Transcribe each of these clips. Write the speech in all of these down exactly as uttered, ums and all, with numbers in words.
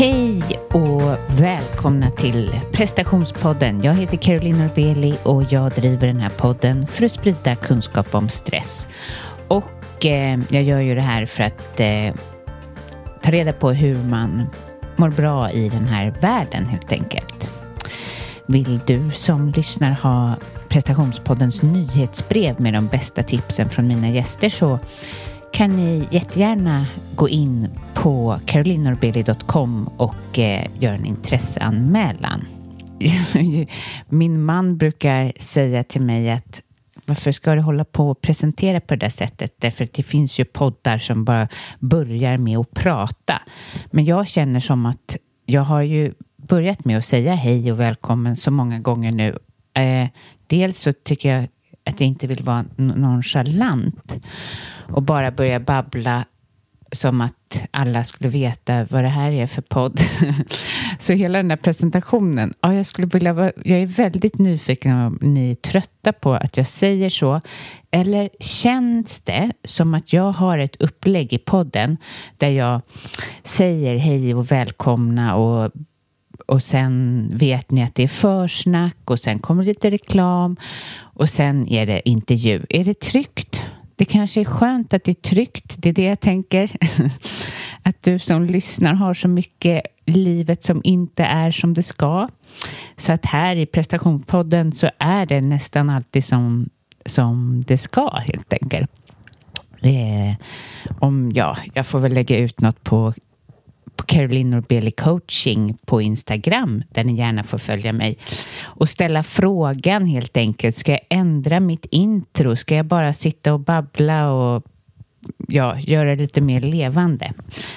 Hej och välkomna till Prestationspodden. Jag heter Caroline Norbeli och jag driver den här podden för att sprida kunskap om stress. Och eh, jag gör ju det här för att eh, ta reda på hur man mår bra i den här världen helt enkelt. Vill du som lyssnar ha Prestationspoddens nyhetsbrev med de bästa tipsen från mina gäster, så kan ni jättegärna gå in på caroline norbeli dot com och eh, göra en intresseanmälan. Min man brukar säga till mig att varför ska du hålla på och presentera på det där sättet? Därför att det finns ju poddar som bara börjar med att prata. Men jag känner som att jag har ju börjat med att säga hej och välkommen så många gånger nu. Eh, dels så tycker jag att jag inte vill vara nonchalant och bara börja babbla som att alla skulle veta vad det här är för podd. Så hela den där presentationen, ja, jag skulle vilja vara, jag är väldigt nyfiken om ni är trötta på att jag säger så, eller känns det som att jag har ett upplägg i podden där jag säger hej och välkomna och Och sen vet ni att det är försnack och sen kommer lite reklam och sen är det intervju. Är det tryggt? Det kanske är skönt att det är tryggt. Det är det jag tänker. Att du som lyssnar har så mycket i livet som inte är som det ska. Så att här i prestationspodden så är det nästan alltid som, som det ska helt enkelt. Eh, om ja, jag får väl lägga ut något på på Caroline Norbeli coaching på Instagram, där ni gärna får följa mig och ställa frågan helt enkelt: ska jag ändra mitt intro? Ska jag bara sitta och babbla och ja, göra det lite mer levande?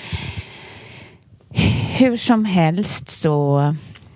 Hur som helst så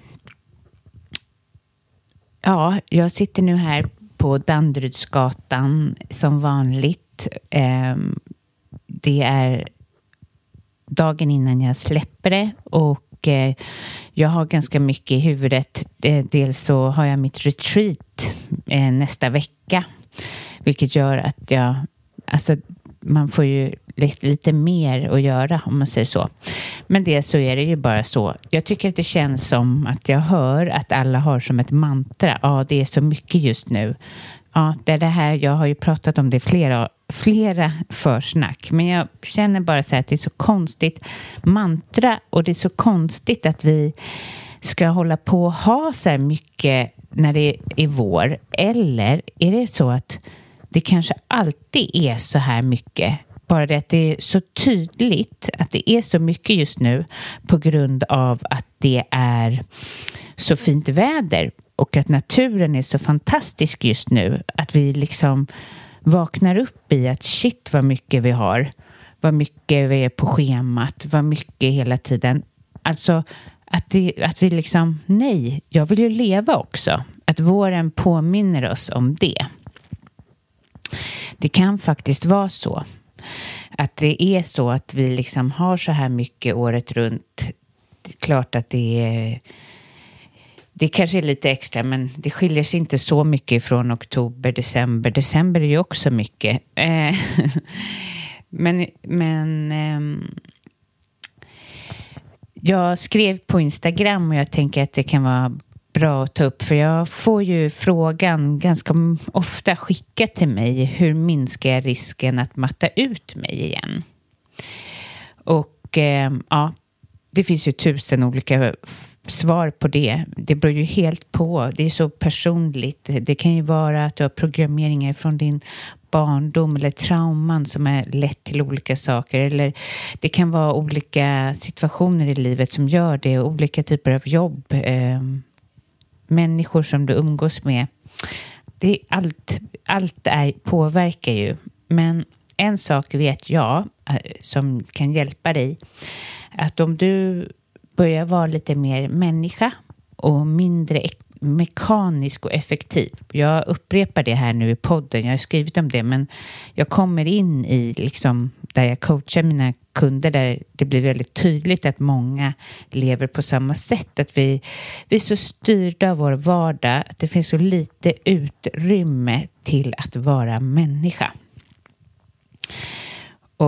ja, jag sitter nu här på Danderydsgatan som vanligt. Det är dagen innan jag släpper det och eh, jag har ganska mycket i huvudet. Eh, dels så har jag mitt retreat eh, nästa vecka, vilket gör att jag, alltså man får ju lite, lite mer att göra om man säger så. Men det så är det ju bara så. Jag tycker att det känns som att jag hör att alla har som ett mantra. Ja, det är så mycket just nu. Ja, det är det här, jag har ju pratat om det flera flera försnack, men jag känner bara så här att det är så konstigt mantra och det är så konstigt att vi ska hålla på och ha så här mycket när det är vår. Eller är det så att det kanske alltid är så här mycket, bara det att det är så tydligt att det är så mycket just nu på grund av att det är så fint väder och att naturen är så fantastisk just nu, att vi liksom vaknar upp i att shit vad mycket vi har, vad mycket vi är på schemat, vad mycket hela tiden. Alltså att, det, att vi liksom, nej, jag vill ju leva också. Att våren påminner oss om det. Det kan faktiskt vara så. Att det är så att vi liksom har så här mycket året runt. Det är klart att det är Det kanske är lite extra, men det skiljer sig inte så mycket från oktober, december. December är ju också mycket. Eh, men men eh, jag skrev på Instagram och jag tänker att det kan vara bra att ta upp. För jag får ju frågan ganska ofta skickat till mig: hur minskar jag risken att matta ut mig igen? Och eh, ja, det finns ju tusen olika svar på det. Det beror ju helt på. Det är så personligt. Det kan ju vara att du har programmeringar från din barndom eller trauman som är lett till olika saker. Eller det kan vara olika situationer i livet som gör det. Olika typer av jobb. Eh, människor som du umgås med. Det är allt, allt är, påverkar ju. Men en sak vet jag som kan hjälpa dig. Att om du börja vara lite mer människa och mindre mekanisk och effektiv. Jag upprepar det här nu i podden. Jag har skrivit om det, men jag kommer in i liksom där jag coachar mina kunder, där det blir väldigt tydligt att många lever på samma sätt. Att vi, vi är så styrda av vår vardag att det finns så lite utrymme till att vara människa. Och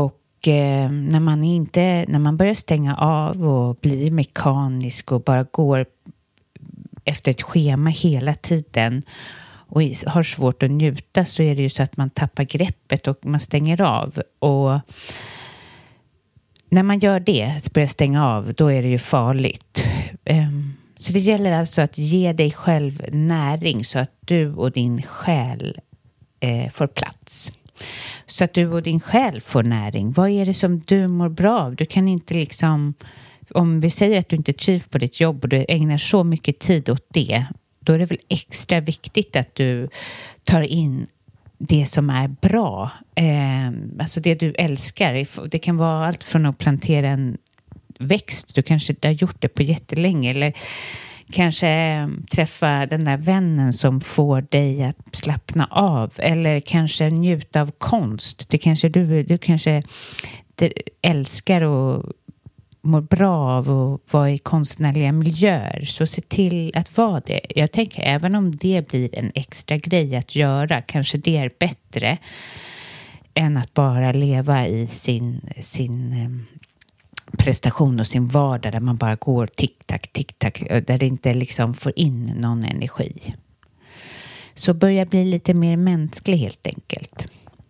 eh, när man inte, när man börjar stänga av och blir mekanisk och bara går efter ett schema hela tiden och har svårt att njuta, så är det ju så att man tappar greppet och man stänger av. Och när man gör det, börjar stänga av, då är det ju farligt. Um, så det gäller alltså att ge dig själv näring så att du och din själ eh, får plats. Så att du och din själ får näring. Vad är det som du mår bra av? Du kan inte liksom, om vi säger att du inte trivs på ditt jobb och du ägnar så mycket tid åt det, då är det väl extra viktigt att du tar in det som är bra. Eh, alltså det du älskar. Det kan vara allt från att plantera en växt. Du kanske har gjort det på jättelänge. Eller kanske träffa den där vännen som får dig att slappna av. Eller kanske njuta av konst. Det kanske du, du kanske älskar och mår bra av att vara i konstnärliga miljöer, så se till att vara det. Jag tänker även om det blir en extra grej att göra, kanske det är bättre än att bara leva i sin, sin prestation och sin vardag där man bara går tick-tack, tick-tack, där det inte liksom får in någon energi. Så börja bli lite mer mänsklig helt enkelt.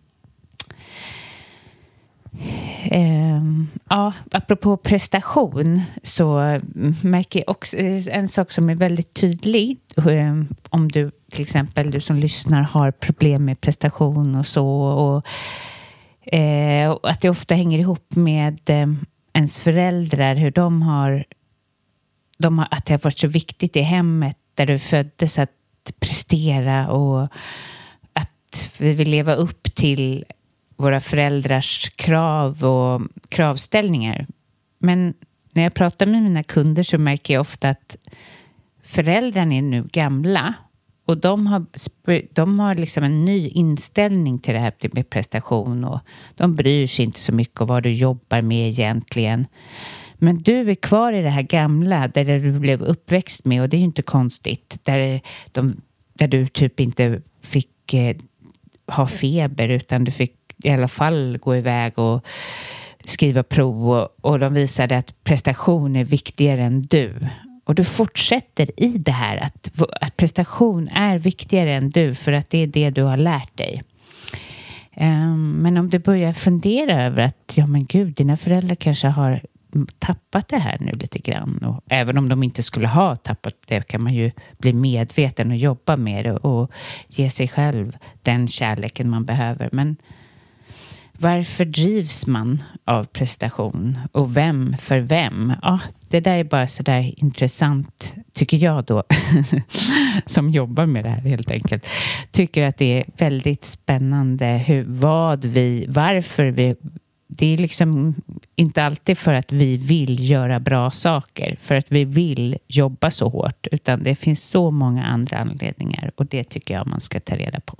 Um, ja, apropå prestation så märker jag också en sak som är väldigt tydlig. Um, om du till exempel, du som lyssnar, har problem med prestation och så, och, uh, och att det ofta hänger ihop med um, ens föräldrar, hur de har, de har att det har varit så viktigt i hemmet där du föddes att prestera och att vi vill leva upp till våra föräldrars krav och kravställningar. Men när jag pratar med mina kunder så märker jag ofta att föräldrarna är nu gamla och de har, de har liksom en ny inställning till det här med prestation, och de bryr sig inte så mycket om vad du jobbar med egentligen. Men du är kvar i det här gamla där du blev uppväxt med, och det är ju inte konstigt, där, de, där du typ inte fick eh, ha feber, utan du fick i alla fall gå iväg och skriva prov, och, och de visade att prestation är viktigare än du. Och du fortsätter i det här att, att prestation är viktigare än du, för att det är det du har lärt dig. Um, men om du börjar fundera över att ja men gud, dina föräldrar kanske har tappat det här nu lite grann, och även om de inte skulle ha tappat det kan man ju bli medveten och jobba med det och ge sig själv den kärleken man behöver. Men varför drivs man av prestation? Och vem för vem? Ja, det där är bara så där intressant, tycker jag då, som jobbar med det här helt enkelt. Tycker att det är väldigt spännande hur, vad vi, varför vi, det är liksom inte alltid för att vi vill göra bra saker, för att vi vill jobba så hårt, utan det finns så många andra anledningar, och det tycker jag man ska ta reda på.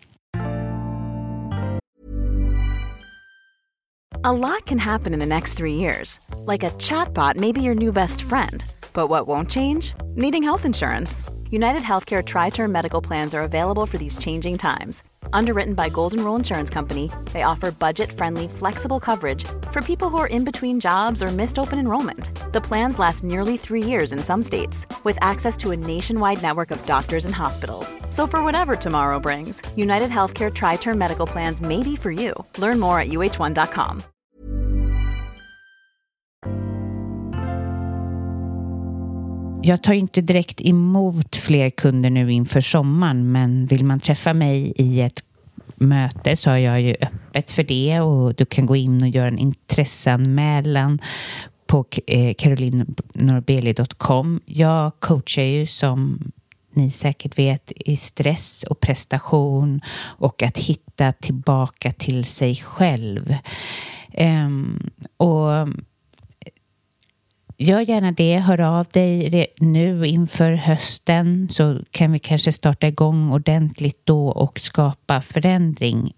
A lot can happen in the next three years. Like a chatbot may be your new best friend. But what won't change? Needing health insurance. United Healthcare Tri-Term Medical Plans are available for these changing times. Underwritten by Golden Rule Insurance Company, they offer budget-friendly, flexible coverage for people who are in between jobs or missed open enrollment. The plans last nearly three years in some states, with access to a nationwide network of doctors and hospitals. So for whatever tomorrow brings, United Healthcare Tri-Term Medical Plans may be for you. Learn more at U H one dot com. Jag tar inte direkt emot fler kunder nu inför sommaren, men vill man träffa mig i ett möte så är jag ju öppet för det, och du kan gå in och göra en intresseanmälan på caroline norbeli dot com. Jag coachar ju, som ni säkert vet, i stress och prestation och att hitta tillbaka till sig själv. Um, och gör gärna det, hör av dig nu inför hösten, så kan vi kanske starta igång ordentligt då och skapa förändring.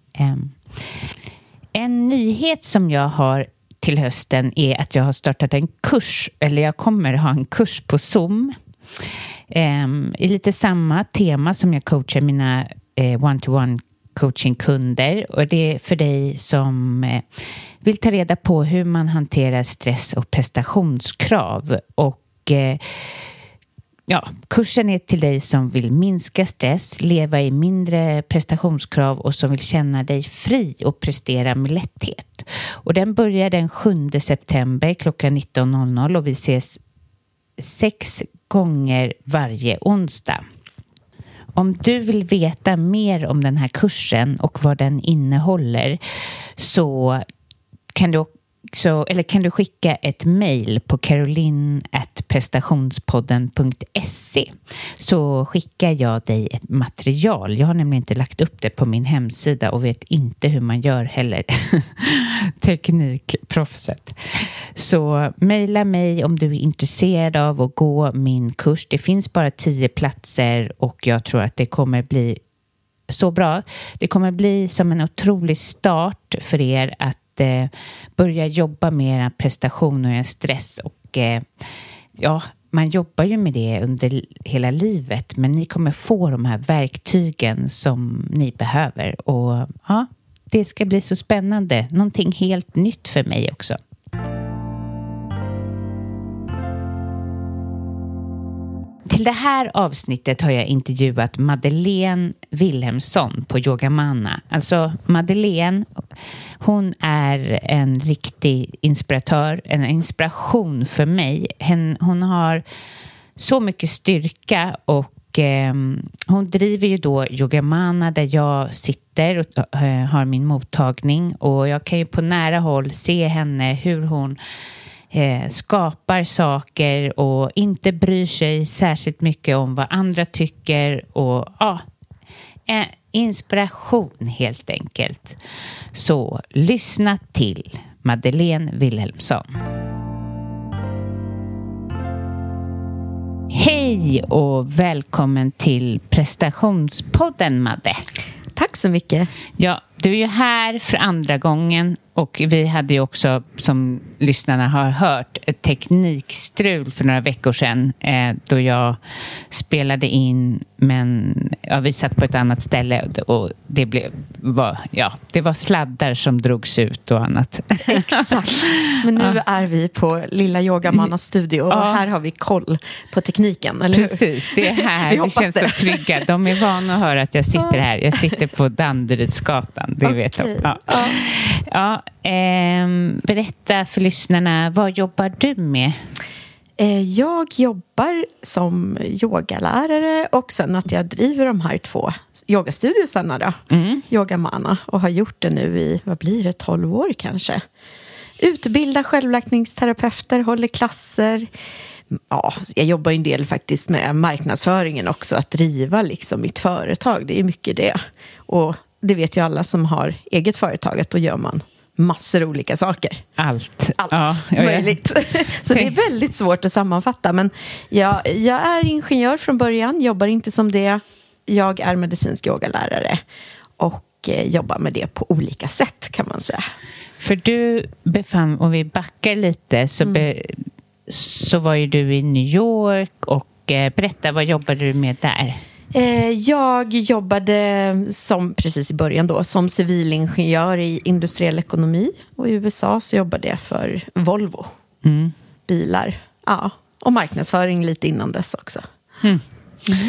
En nyhet som jag har till hösten är att jag har startat en kurs, eller jag kommer ha en kurs på Zoom i lite samma tema som jag coachar mina one-to-one coachingkunder, och det är för dig som eh, vill ta reda på hur man hanterar stress och prestationskrav. Och eh, ja, kursen är till dig som vill minska stress, leva i mindre prestationskrav och som vill känna dig fri och prestera med lätthet. Och den börjar den sjunde september klockan nitton noll noll och vi ses sex gånger varje onsdag. Om du vill veta mer om den här kursen och vad den innehåller så kan du Så, eller kan du skicka ett mejl på caroline at prestationspodden punkt se, så skickar jag dig ett material. Jag har nämligen inte lagt upp det på min hemsida och vet inte hur man gör heller. Teknikproffset. Så mejla mig om du är intresserad av att gå min kurs. Det finns bara tio platser och jag tror att det kommer bli så bra. Det kommer bli som en otrolig start för er att eh, börja jobba med era prestation och era stress. Och eh, ja, man jobbar ju med det under hela livet, men ni kommer få de här verktygen som ni behöver. Och ja, det ska bli så spännande. Någonting helt nytt för mig också. Till det här avsnittet har jag intervjuat Madeleine Wilhelmsson på Yogamana. Alltså Madeleine, hon är en riktig inspiratör, en inspiration för mig. Hon har så mycket styrka och eh, hon driver ju då Yogamana där jag sitter och eh, har min mottagning. Och jag kan ju på nära håll se henne hur hon Eh, skapar saker och inte bryr sig särskilt mycket om vad andra tycker och ja, eh, inspiration helt enkelt. Så lyssna till Madeleine Wilhelmsson. Hej och välkommen till prestationspodden, Madde. Tack så mycket. Ja, du är ju här för andra gången och vi hade ju också, som lyssnarna har hört, ett teknikstrul för några veckor sedan eh, då jag spelade in, men ja, vi satt på ett annat ställe och det blev, var, ja, det var sladdar som drogs ut och annat. Exakt, men nu ja. är vi på lilla Yogamana studio och ja. här har vi koll på tekniken, eller hur? Precis, det är här, vi, vi känns det. så trygga. De är vana att höra att jag sitter här. Jag sitter på Danderydsgatan, det okay. vet de. Ja. Ja. Ja, eh, berätta för lyssnarna, vad jobbar du med? Jag jobbar som yogalärare och sen att jag driver de här två yogastudiosarna då, mm. Yogamana, och har gjort det nu i, vad blir det, tolv år kanske. Utbildar självläkningsterapeuter, håller klasser. Ja, jag jobbar en del faktiskt med marknadsföringen också, att driva liksom mitt företag, det är mycket det. Och det vet ju alla som har eget företag att då gör man massor av olika saker. Allt. Allt ja, möjligt. Så det är väldigt svårt att sammanfatta. Men jag, jag är ingenjör från början, jobbar inte som det. Jag är medicinsk yogalärare och eh, jobbar med det på olika sätt kan man säga. För du befann, om vi backar lite så, be, mm. så var ju du i New York och eh, berätta, vad jobbade du med där? Jag jobbade som, precis i början då, som civilingenjör i industriell ekonomi. Och i U S A så jobbade jag för Volvo. Mm. Bilar. Ja, och marknadsföring lite innan dess också. Mm. Mm.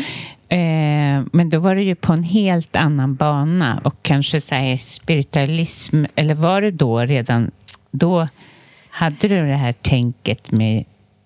Eh, men då var du ju på en helt annan bana. Och kanske så här spiritualism. Eller var du då redan, då hade du det här tänket med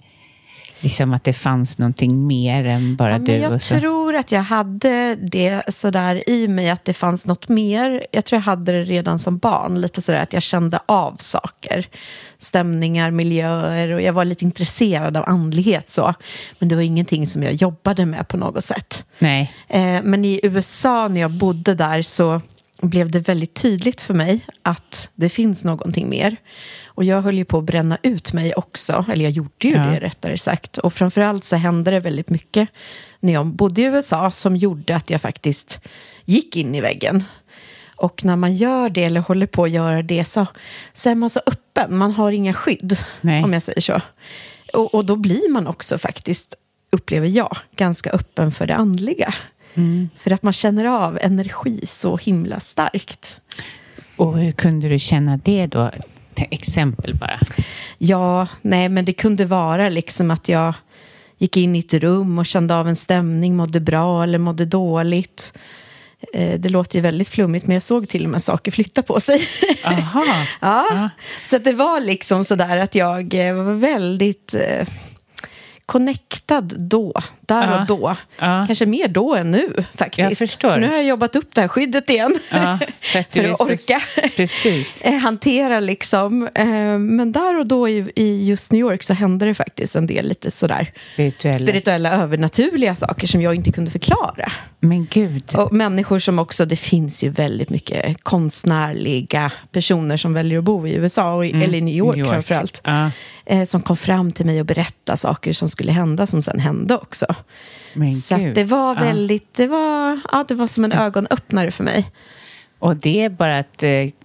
liksom att det fanns någonting mer än bara ja, du. Jag och så. tror att jag hade det sådär i mig, att det fanns något mer. Jag tror jag hade det redan som barn. Lite sådär att jag kände av saker. Stämningar, miljöer. Och jag var lite intresserad av andlighet så. Men det var ingenting som jag jobbade med på något sätt. Nej. Eh, men i U S A när jag bodde där så blev det väldigt tydligt för mig att det finns någonting mer. Och jag höll ju på att bränna ut mig också. Eller jag gjorde ju ja. det rättare sagt. Och framförallt så hände det väldigt mycket när jag bodde i U S A som gjorde att jag faktiskt gick in i väggen. Och när man gör det eller håller på att göra det så, så är man så öppen. Man har inga skydd, Nej. om jag säger så. Och, och då blir man också faktiskt, upplever jag, ganska öppen för det andliga. Mm. För att man känner av energi så himla starkt. Och hur kunde du känna det då? Till exempel bara. Ja, nej men det kunde vara liksom att jag gick in i ett rum och kände av en stämning, mådde bra eller mådde dåligt. Det låter ju väldigt flummigt, men jag såg till och med saker flytta på sig. Aha. Ja, ja. Så att det var liksom sådär att jag var väldigt eh, connectad då, där ja. och då. Ja. Kanske mer då än nu faktiskt. Jag förstår. För nu har jag jobbat upp det här skyddet igen. Ja, för att, för att orka precis. hantera liksom. Men där och då i, i just New York så hände det faktiskt en del lite sådär spirituella, spirituella övernaturliga saker som jag inte kunde förklara. Men gud. Och människor som också, det finns ju väldigt mycket konstnärliga personer som väljer att bo i U S A och i, mm, eller i New York, New York. framförallt. Ja. Eh, som kom fram till mig och berättade saker som skulle hända som sen hände också. Men så att det var väldigt, ja. det var, ja, det var som en ögonöppnare för mig. Och det är bara att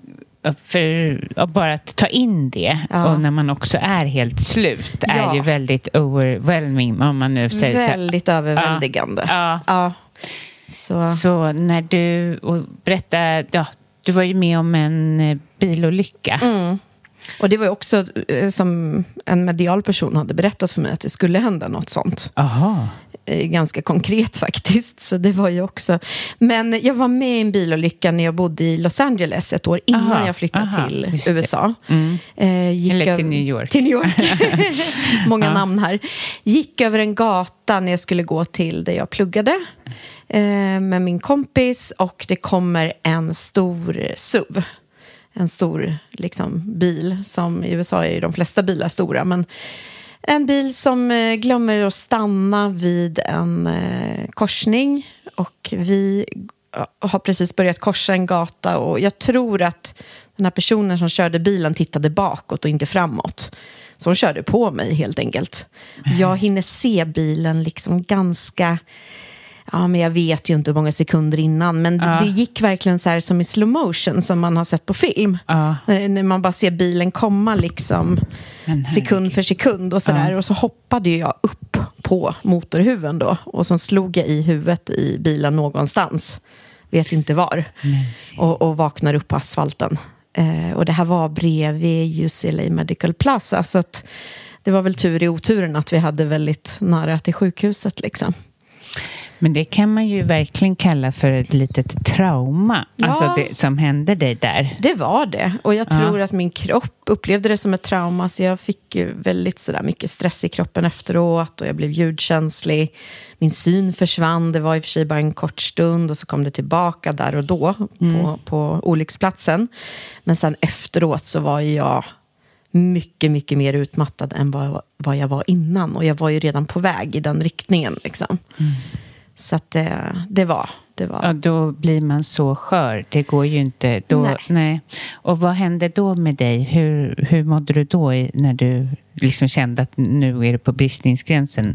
för, bara att ta in det, ja. Och när man också är helt slut, ja. är ju väldigt overwhelming, om man nu säger så. Väldigt överväldigande. Ja. ja. Så. så när du och berättade, ja, du var ju med om en bilolycka. Mm. Och det var ju också eh, som en medial person hade berättat för mig att det skulle hända något sånt. Aha. Eh, ganska konkret faktiskt. Så det var ju också. Men jag var med i en bilolycka när jag bodde i Los Angeles ett år innan aha, jag flyttade aha, till U S A. Mm. Eh, gick Eller till New York. Till New York. Många ja. namn här. Gick över en gata när jag skulle gå till där jag pluggade. Eh, med min kompis. Och det kommer en stor S U V. En stor liksom, bil, som i U S A är ju de flesta bilar stora, men en bil som eh, glömmer att stanna vid en eh, korsning, och vi har precis börjat korsa en gata, och jag tror att den här personen som körde bilen tittade bakåt och inte framåt. Så hon körde på mig helt enkelt. Jag hinner se bilen liksom ganska... Ja, men jag vet ju inte hur många sekunder innan. Men det, uh. det gick verkligen så här som i slow motion som man har sett på film. Uh. När, när man bara ser bilen komma liksom sekund för sekund och sådär. Uh. Och så hoppade jag upp på motorhuven då. Och så slog jag i huvudet i bilen någonstans. Vet inte var. Och, och vaknar upp på asfalten. Eh, och det här var bredvid U C L A Medical Plaza. Så att det var väl tur i oturen att vi hade väldigt nära till sjukhuset liksom. Men det kan man ju verkligen kalla för ett litet trauma. Ja, alltså det som hände dig där. Det var det. Och jag tror ja. att min kropp upplevde det som ett trauma. Så jag fick ju väldigt sådär mycket stress i kroppen efteråt. Och jag blev ljudkänslig. Min syn försvann. Det var i och för sig bara en kort stund. Och så kom det tillbaka där och då. Mm. På, på olycksplatsen. Men sen efteråt så var jag mycket, mycket mer utmattad än vad, vad jag var innan. Och jag var ju redan på väg i den riktningen liksom. Mm. Så att det, det var... Det var. Ja, då blir man så skör. Det går ju inte. Då, nej. nej. Och vad hände då med dig? Hur, hur mådde du då i, när du liksom kände att nu är det på bristningsgränsen?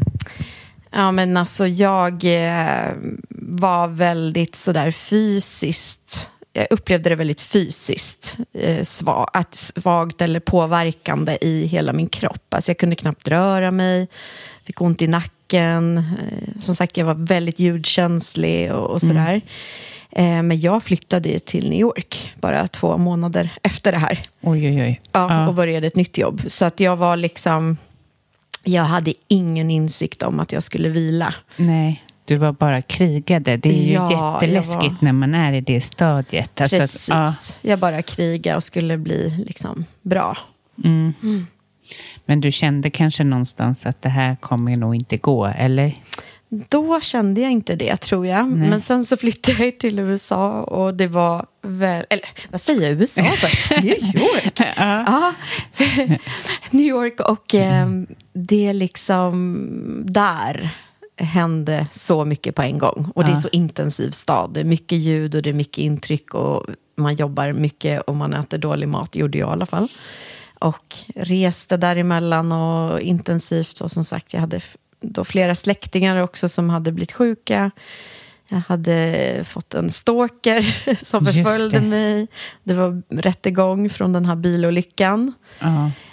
Ja, men alltså jag eh, var väldigt sådär fysiskt... Jag upplevde det väldigt fysiskt eh, svag, att svagt eller påverkande i hela min kropp. Alltså jag kunde knappt röra mig. Fick ont i nacken. Eh, som sagt, jag var väldigt ljudkänslig och, och sådär. Mm. Eh, men jag flyttade till New York bara två månader efter det här. Oj, oj, oj. Ja, ja. Och började ett nytt jobb. Så att jag var liksom... Jag hade ingen insikt om att jag skulle vila. Nej. Du var bara krigade. Det är ju ja, jätteläskigt var... när man är i det stadiet. Alltså precis. Att, ja. Jag bara krigade och skulle bli liksom bra. Mm. Mm. Men du kände kanske någonstans att det här kommer nog inte gå, eller? Då kände jag inte det, tror jag. Nej. Men sen så flyttade jag till U S A och det var väl... Eller vad säger jag? U S A för? New York. Ja. Ja. New York och eh, det är liksom där... hände så mycket på en gång. Och ja. Det är så intensiv stad. Det är mycket ljud och det är mycket intryck. Och man jobbar mycket och man äter dålig mat. Gjorde jag i alla fall. Och reste däremellan och intensivt. Och som sagt, jag hade då flera släktingar också som hade blivit sjuka. Jag hade fått en stalker som förföljde mig. Det var rättegång från den här bilolyckan. Ja.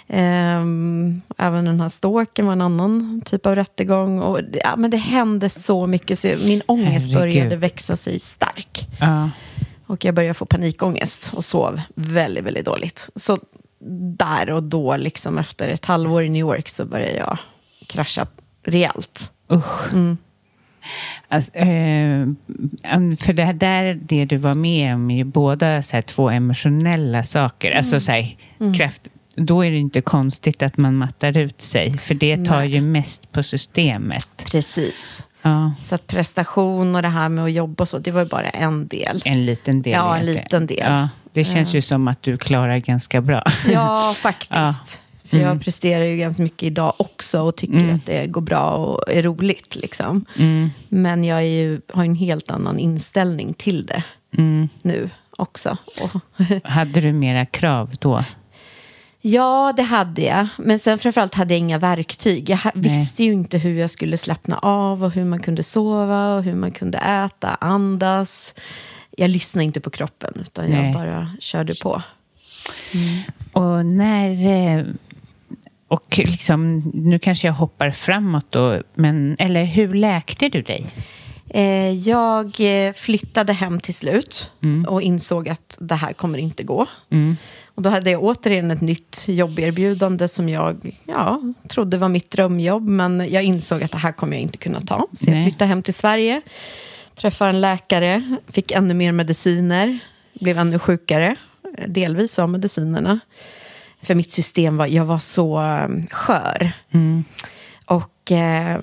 Um, även den här ståken var en annan typ av rättegång. Och, ja, men det hände så mycket så min ångest Herregud. började växa sig stark. Ja. Och jag började få panikångest och sov väldigt, väldigt dåligt. Så där och då, liksom efter ett halvår i New York, så började jag krascha rejält. Usch. Mm. Alltså, eh, för det här där, det du var med om är ju båda så här, två emotionella saker. Mm. Alltså så här, mm. kraft. Då är det inte konstigt att man mattar ut sig. För det tar Nej. ju mest på systemet. Precis. Ja. Så att prestation och det här med att jobba och så, det var ju bara en del. En liten del. Ja, en liten del. Ja, det känns ja. ju som att du klarar ganska bra. Ja, faktiskt. Ja. För jag mm. presterar ju ganska mycket idag också och tycker mm. att det går bra och är roligt. Liksom. Mm. Men jag är ju, har en helt annan inställning till det mm. nu också. Hade du mera krav då? Ja, det hade jag. Men sen framförallt hade jag inga verktyg. Jag visste ju inte hur jag skulle slappna av och hur man kunde sova och hur man kunde äta, andas. Jag lyssnade inte på kroppen utan Nej. jag bara körde på. Mm. Och när... Och liksom, nu kanske jag hoppar framåt då, men, eller hur läkte du dig? Eh, jag flyttade hem till slut mm. och insåg att det här kommer inte gå. Mm. Och då hade jag återigen ett nytt jobberbjudande som jag ja, trodde var mitt drömjobb, men jag insåg att det här kommer jag inte kunna ta. Så jag flyttade hem till Sverige, träffade en läkare, fick ännu mer mediciner, blev ännu sjukare, delvis av medicinerna. För mitt system var, jag var så um, skör. Mm. Och eh,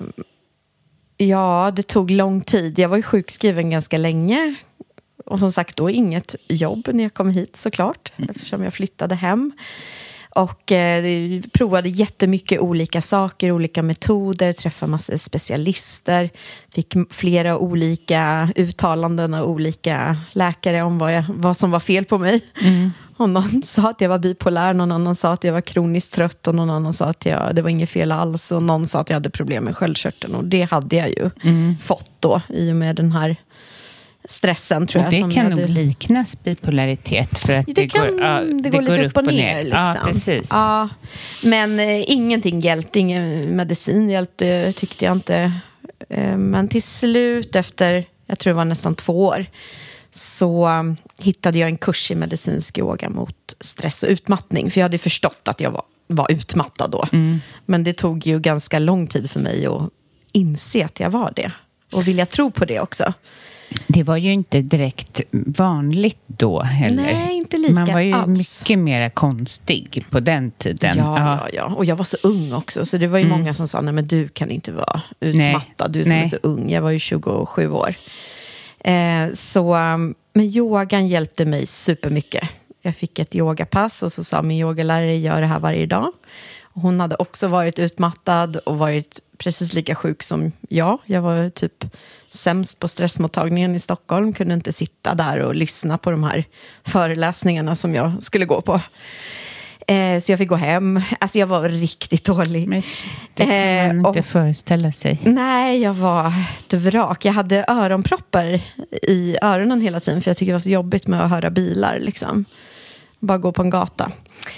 ja, det tog lång tid. Jag var ju sjukskriven ganska länge. Och som sagt då inget jobb när jag kom hit såklart. Mm. Eftersom jag flyttade hem. Och eh, provade jättemycket olika saker, olika metoder. Träffade massor specialister. Fick flera olika uttalanden av olika läkare om vad, jag, vad som var fel på mig. Mm. Och någon sa att jag var bipolär, någon annan sa att jag var kroniskt trött och någon annan sa att jag, det var inget fel alls. Och någon sa att jag hade problem med sköldkörteln. Och det hade jag ju mm. fått då i och med den här stressen tror och jag. Det som kan hade... nog liknas bipolaritet för att det, det, kan, går, ja, det, det går lite går upp och ner. ner liksom. Ja, precis. Ja, men eh, ingenting hjälpte, ingen medicin hjälpte tyckte jag inte. Eh, men till slut efter, jag tror det var nästan två år, så um, hittade jag en kurs i medicinsk yoga mot stress och utmattning. För jag hade förstått att jag var, var utmattad då. Mm. Men det tog ju ganska lång tid för mig att inse att jag var det. Och vill jag tro på det också. Det var ju inte direkt vanligt då heller. Nej, inte lika alls. Man var ju alls. mycket mer konstig på den tiden. Ja, ja, ja. Och jag var så ung också. Så det var ju mm. många som sa, nej men du kan inte vara utmattad. Nej. Du som nej. är så ung. Jag var ju tjugosju år. Eh, så, men yogan hjälpte mig supermycket. Jag fick ett yogapass och så sa min yogalärare, gör det här varje dag. Och hon hade också varit utmattad och varit precis lika sjuk som jag. Jag var typ sämst på stressmottagningen i Stockholm. Kunde inte sitta där och lyssna på de här föreläsningarna som jag skulle gå på. Eh, så jag fick gå hem. Alltså jag var riktigt dålig. Men det kan man eh, inte och, föreställa sig. Nej, jag var ett vrak. Jag hade öronproppar i öronen hela tiden. För jag tycker det var så jobbigt med att höra bilar. Liksom. Bara gå på en gata.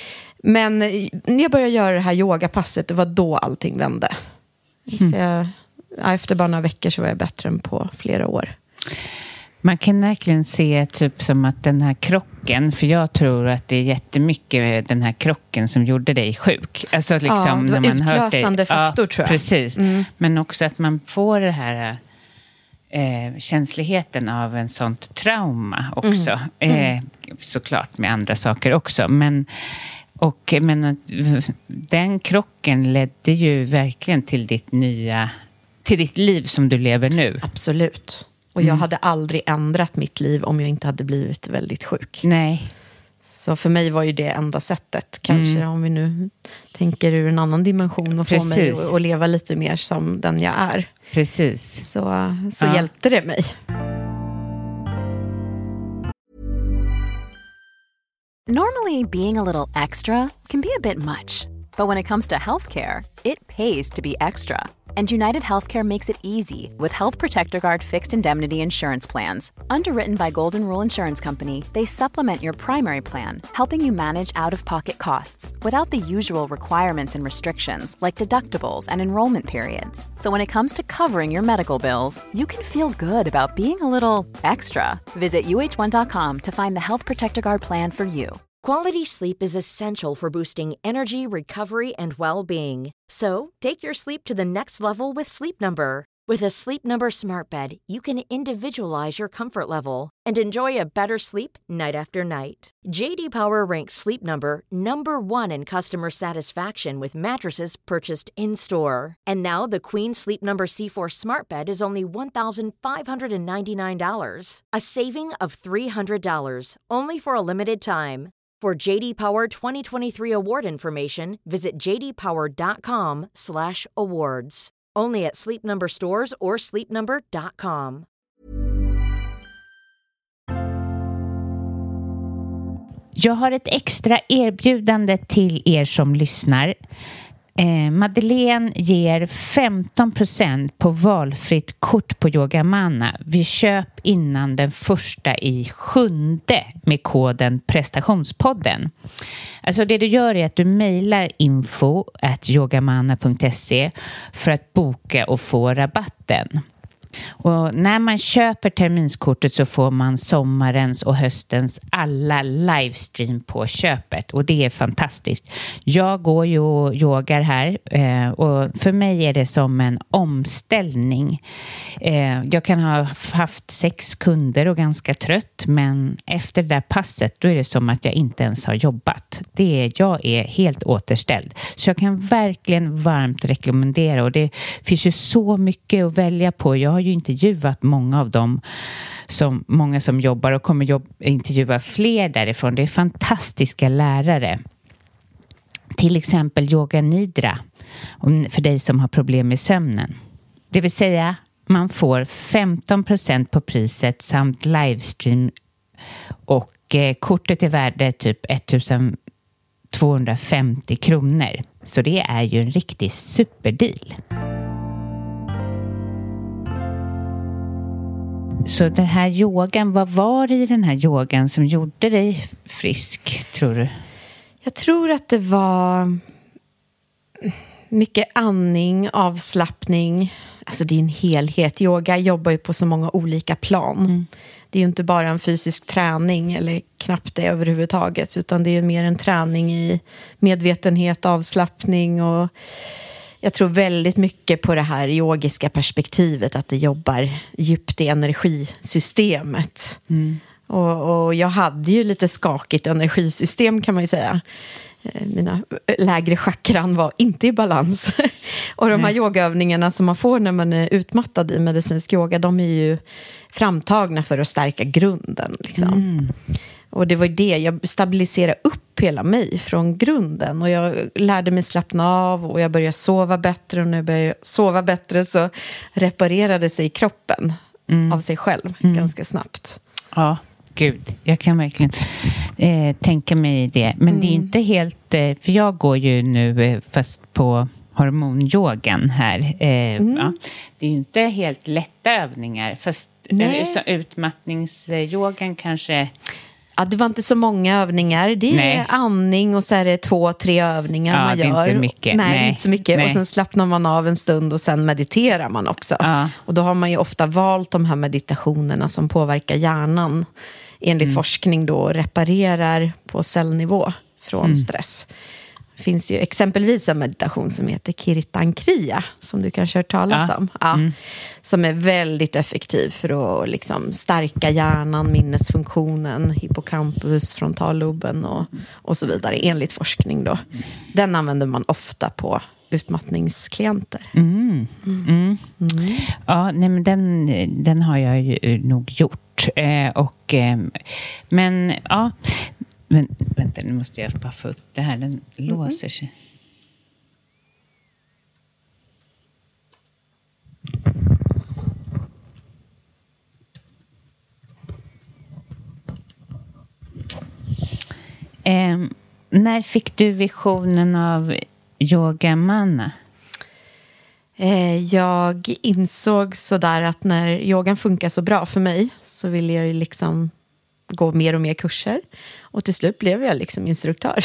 Men när jag började göra det här yogapasset, det var då allting vände. Mm. Så jag, efter bara några veckor så var jag bättre än på flera år. Man kan verkligen se typ som att den här krocken, för jag tror att det är jättemycket den här krocken som gjorde dig sjuk. Alltså liksom ja, det var när man utlösande dig, faktor ja, tror jag. Precis, mm. men också att man får det här eh, känsligheten av en sånt trauma också. Mm. Eh, såklart med andra saker också, men och men den krocken ledde ju verkligen till ditt nya, till ditt liv som du lever nu. Absolut. Och jag mm. hade aldrig ändrat mitt liv om jag inte hade blivit väldigt sjuk. Nej. Så för mig var ju det enda sättet. Kanske mm. om vi nu tänker ur en annan dimension och få mig att, att leva lite mer som den jag är. Precis. Så, så ja. hjälpte det mig. Normally, being a little extra can be a bit much. But when it comes to healthcare, it pays to be extra. And United Healthcare makes it easy with Health Protector Guard fixed indemnity insurance plans. Underwritten by Golden Rule Insurance Company, they supplement your primary plan, helping you manage out-of-pocket costs without the usual requirements and restrictions like deductibles and enrollment periods. So when it comes to covering your medical bills, you can feel good about being a little extra. Visit U H one dot com to find the Health Protector Guard plan for you. Quality sleep is essential for boosting energy, recovery, and well-being. So, take your sleep to the next level with Sleep Number. With a Sleep Number smart bed, you can individualize your comfort level and enjoy a better sleep night after night. J D Power ranks Sleep Number number one in customer satisfaction with mattresses purchased in-store. And now the Queen Sleep Number C four smart bed is only one thousand five hundred ninety-nine dollars, a saving of three hundred dollars, only for a limited time. For J D Power twenty twenty-three award information, visit j d power dot com slash awards. Only at Sleep Number stores or sleep number dot com. Jag har ett extra erbjudande till er som lyssnar. Eh, Madeleine ger femton procent på valfritt kort på Yogamana vid köp innan den första i sjunde med koden prestationspodden. Alltså det du gör är att du mejlar info at yogamana punkt se för att boka och få rabatten. Och när man köper terminskortet så får man sommarens och höstens alla livestream på köpet och det är fantastiskt. Jag går ju och yogar här eh, och för mig är det som en omställning. Eh, jag kan ha haft sex kunder och ganska trött, men efter det där passet då är det som att jag inte ens har jobbat. Det är, jag är helt återställd. Så jag kan verkligen varmt rekommendera, och det finns ju så mycket att välja på. Jag har ju intervjuat många av dem, som, många som jobbar och kommer jobb, intervjua fler därifrån. Det är fantastiska lärare. Till exempel Yoga Nidra, för dig som har problem med sömnen. Det vill säga, man får femton procent på priset samt livestream, och eh, kortet är värde typ ettusen tvåhundrafemtio kronor. Så det är ju en riktig superdeal. Så den här yogan, vad var det i den här yogan som gjorde dig frisk, tror du? Jag tror att det var mycket andning, avslappning. Alltså det är en helhet. Yoga jobbar ju på så många olika plan. Mm. Det är ju inte bara en fysisk träning, eller knappt det överhuvudtaget, utan det är mer en träning i medvetenhet, avslappning, och jag tror väldigt mycket på det här yogiska perspektivet, att det jobbar djupt i energisystemet. Mm. Och, och jag hade ju lite skakigt energisystem, kan man ju säga. Mina lägre chakran var inte i balans. Och de här yogaövningarna som man får när man är utmattad i medicinsk yoga, de är ju framtagna för att stärka grunden. Liksom. Mm. Och det var det, jag stabiliserade upp hela mig från grunden. Och jag lärde mig slappna av, och jag började sova bättre. Och när jag började sova bättre så reparerade sig kroppen mm. av sig själv mm. ganska snabbt. Ja, gud, jag kan verkligen eh, tänka mig det. Men mm. det är inte helt, eh, för jag går ju nu eh, fast på hormonyogan här. Eh, mm. ja. Det är ju inte helt lätta övningar, fast eh, utmattningsyogan kanske... Ja, det var inte så många övningar. Det är Nej. andning, och så är det två, tre övningar ja, man gör. Det är inte mycket. Nej, Nej. inte så mycket. Nej. Och sen slappnar man av en stund, och sen mediterar man också. Ja. Och då har man ju ofta valt de här meditationerna som påverkar hjärnan enligt mm. forskning då, och reparerar på cellnivå från mm. stress. Det finns ju exempelvis en meditation som heter Kirtan Kriya, som du kanske har hört talas ja. om. Ja, mm. Som är väldigt effektiv för att liksom stärka hjärnan, minnesfunktionen, hippocampus, frontalloben och, och så vidare, enligt forskning då. Den använder man ofta på utmattningsklienter. Mm. Mm. Mm. Mm. Ja, nej, men den, den har jag ju nog gjort. Eh, och, eh, men ja... Men vänta, nu måste jag bara få upp det här. Den mm. låser sig. Eh, när fick du visionen av Yogamana? Eh, jag insåg sådär att när yogan funkar så bra för mig så ville jag ju liksom gå mer och mer kurser. Och till slut blev jag liksom instruktör.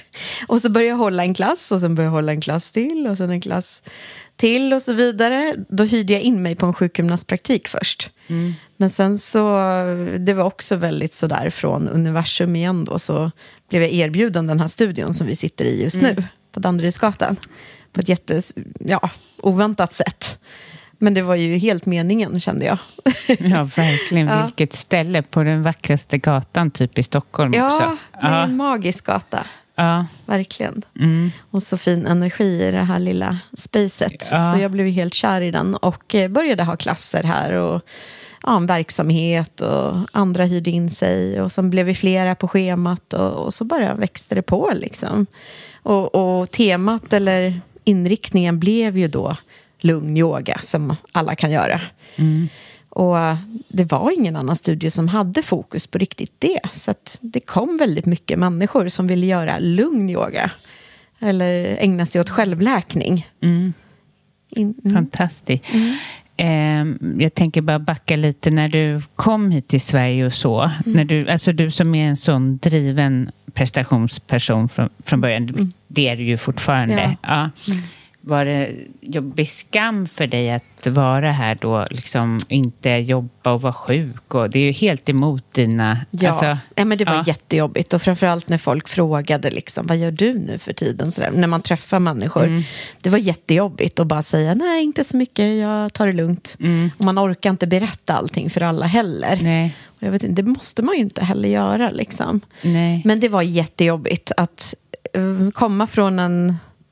Och så började jag hålla en klass och sen började jag hålla en klass till och sen en klass till och så vidare. Då hyrde jag in mig på en sjukgymnastpraktik först. Mm. Men sen så, det var också väldigt sådär från universum igen då, så blev jag erbjuden den här studion som vi sitter i just nu, mm. på Danderydsgatan. På ett jätte, ja, oväntat sätt. Men det var ju helt meningen, kände jag. Ja, verkligen. Ja. Vilket ställe på den vackraste gatan typ i Stockholm ja, också. Ja, det är en magisk gata. Ja. Verkligen. Mm. Och så fin energi i det här lilla spacet. Ja. Så jag blev helt kär i den och började ha klasser här och ja, en verksamhet och andra hyrde in sig och sen blev vi flera på schemat och, och så bara växte det på liksom. Och, och temat eller inriktningen blev ju då lugn yoga som alla kan göra. Mm. Och det var ingen annan studio som hade fokus på riktigt det. Så att det kom väldigt mycket människor som ville göra lugn yoga. Eller ägna sig åt självläkning. Mm. In, mm. Fantastiskt. Mm. Eh, jag tänker bara backa lite när du kom hit till Sverige och så. Mm. När du, alltså du som är en sån driven prestationsperson från, från början. Mm. Det är du ju fortfarande. Ja. Ja. Mm. Var det jobbig skam för dig att vara här då, liksom inte jobba och vara sjuk? Och det är ju helt emot dina... Ja, alltså, ja men det var ja. jättejobbigt. Och framförallt när folk frågade liksom, vad gör du nu för tiden? Så där, när man träffar människor. Mm. Det var jättejobbigt att bara säga, nej inte så mycket, jag tar det lugnt. Mm. Och man orkar inte berätta allting för alla heller. Nej. Och jag vet inte, det måste man ju inte heller göra liksom. Nej. Men det var jättejobbigt att uh, komma från en...